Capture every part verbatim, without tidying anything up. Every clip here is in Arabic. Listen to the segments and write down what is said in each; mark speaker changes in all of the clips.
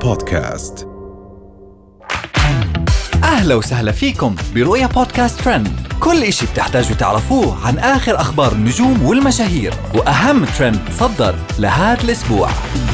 Speaker 1: بودكاست.
Speaker 2: أهلا وسهلا فيكم برؤيا بودكاست ترند، كل إشي بتحتاجوا تعرفوه عن آخر أخبار النجوم والمشاهير وأهم ترند صدر لهذا الأسبوع.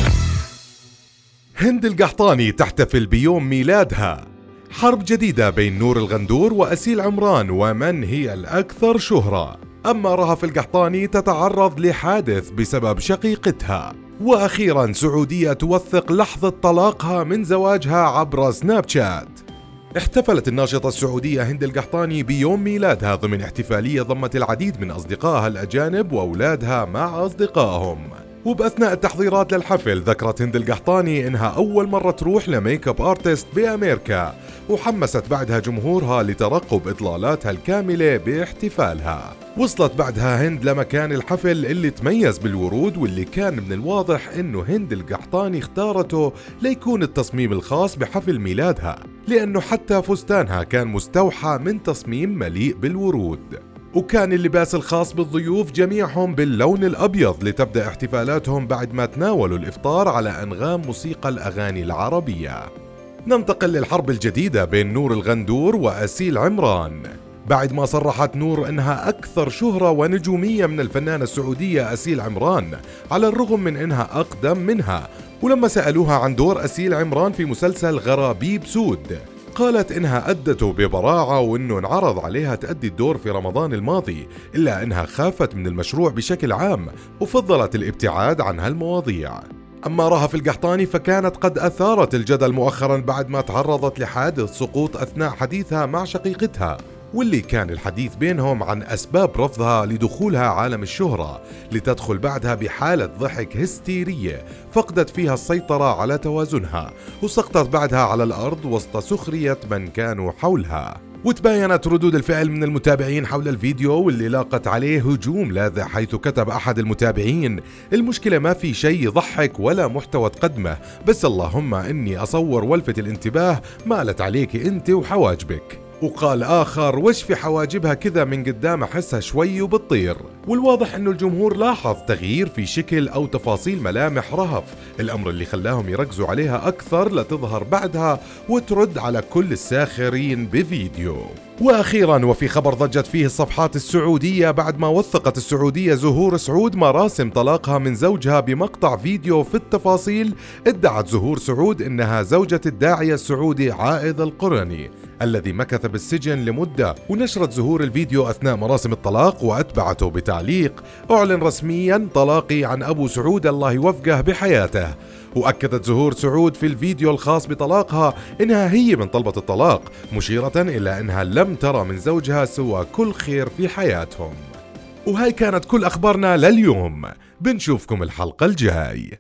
Speaker 1: هند القحطاني تحتفل بيوم ميلادها. حرب جديدة بين نور الغندور وأسيل عمران، ومن هي الأكثر شهرة؟ أما رهف القحطاني تتعرض لحادث بسبب شقيقتها. وأخيرا سعودية توثق لحظة طلاقها من زواجها عبر سناب شات. احتفلت الناشطة السعودية هند القحطاني بيوم ميلادها ضمن احتفالية ضمت العديد من أصدقائها الأجانب وأولادها مع أصدقائهم. وبأثناء التحضيرات للحفل ذكرت هند القحطاني إنها أول مرة تروح لميك اب ارتست بأمريكا، وحمست بعدها جمهورها لترقب إطلالاتها الكاملة باحتفالها. وصلت بعدها هند لمكان الحفل اللي تميز بالورود، واللي كان من الواضح إنه هند القحطاني اختارته ليكون التصميم الخاص بحفل ميلادها، لأنه حتى فستانها كان مستوحى من تصميم مليء بالورود. وكان اللباس الخاص بالضيوف جميعهم باللون الأبيض لتبدأ احتفالاتهم بعد ما تناولوا الإفطار على أنغام موسيقى الأغاني العربية. ننتقل للحرب الجديدة بين نور الغندور وأسيل عمران. بعد ما صرحت نور أنها أكثر شهرة ونجومية من الفنانة السعودية أسيل عمران، على الرغم من أنها أقدم منها. ولما سألوها عن دور أسيل عمران في مسلسل غرابيب سود، قالت إنها أدته ببراعة، وإنه انعرض عليها تأدي الدور في رمضان الماضي، إلا إنها خافت من المشروع بشكل عام وفضلت الابتعاد عن هالمواضيع. أما رهف القحطاني فكانت قد أثارت الجدل مؤخرا بعد ما تعرضت لحادث سقوط أثناء حديثها مع شقيقتها، واللي كان الحديث بينهم عن أسباب رفضها لدخولها عالم الشهرة، لتدخل بعدها بحالة ضحك هستيرية فقدت فيها السيطرة على توازنها، وسقطت بعدها على الأرض وسط سخرية من كانوا حولها. وتباينت ردود الفعل من المتابعين حول الفيديو، واللي لاقت عليه هجوم لاذع، حيث كتب أحد المتابعين: المشكلة ما في شيء يضحك ولا محتوى تقدمه، بس اللهم إني أصور والفت الانتباه مالت عليك أنت وحواجبك. وقال آخر: وش في حواجبها كذا من قدام أحسها شوي وبتطير. والواضح أنه الجمهور لاحظ تغيير في شكل أو تفاصيل ملامح رهف، الأمر اللي خلاهم يركزوا عليها أكثر لتظهر بعدها وترد على كل الساخرين بفيديو. وأخيرا وفي خبر ضجت فيه الصفحات السعودية بعد ما وثقت السعودية زهور سعود مراسم طلاقها من زوجها بمقطع فيديو. في التفاصيل ادعت زهور سعود إنها زوجة الداعية السعودي عائذ القرني الذي مكث بالسجن لمدة، ونشرت زهور الفيديو أثناء مراسم الطلاق وأتبعته بتعليق: أعلن رسميا طلاقي عن أبو سعود الله يوفقه بحياته. وأكدت زهور سعود في الفيديو الخاص بطلاقها إنها هي من طلبة الطلاق، مشيرة إلى أنها لم ترى من زوجها سوى كل خير في حياتهم. وهاي كانت كل أخبارنا لليوم، بنشوفكم الحلقة الجاي.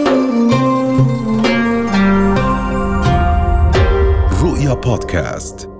Speaker 1: رؤيا بودكاست.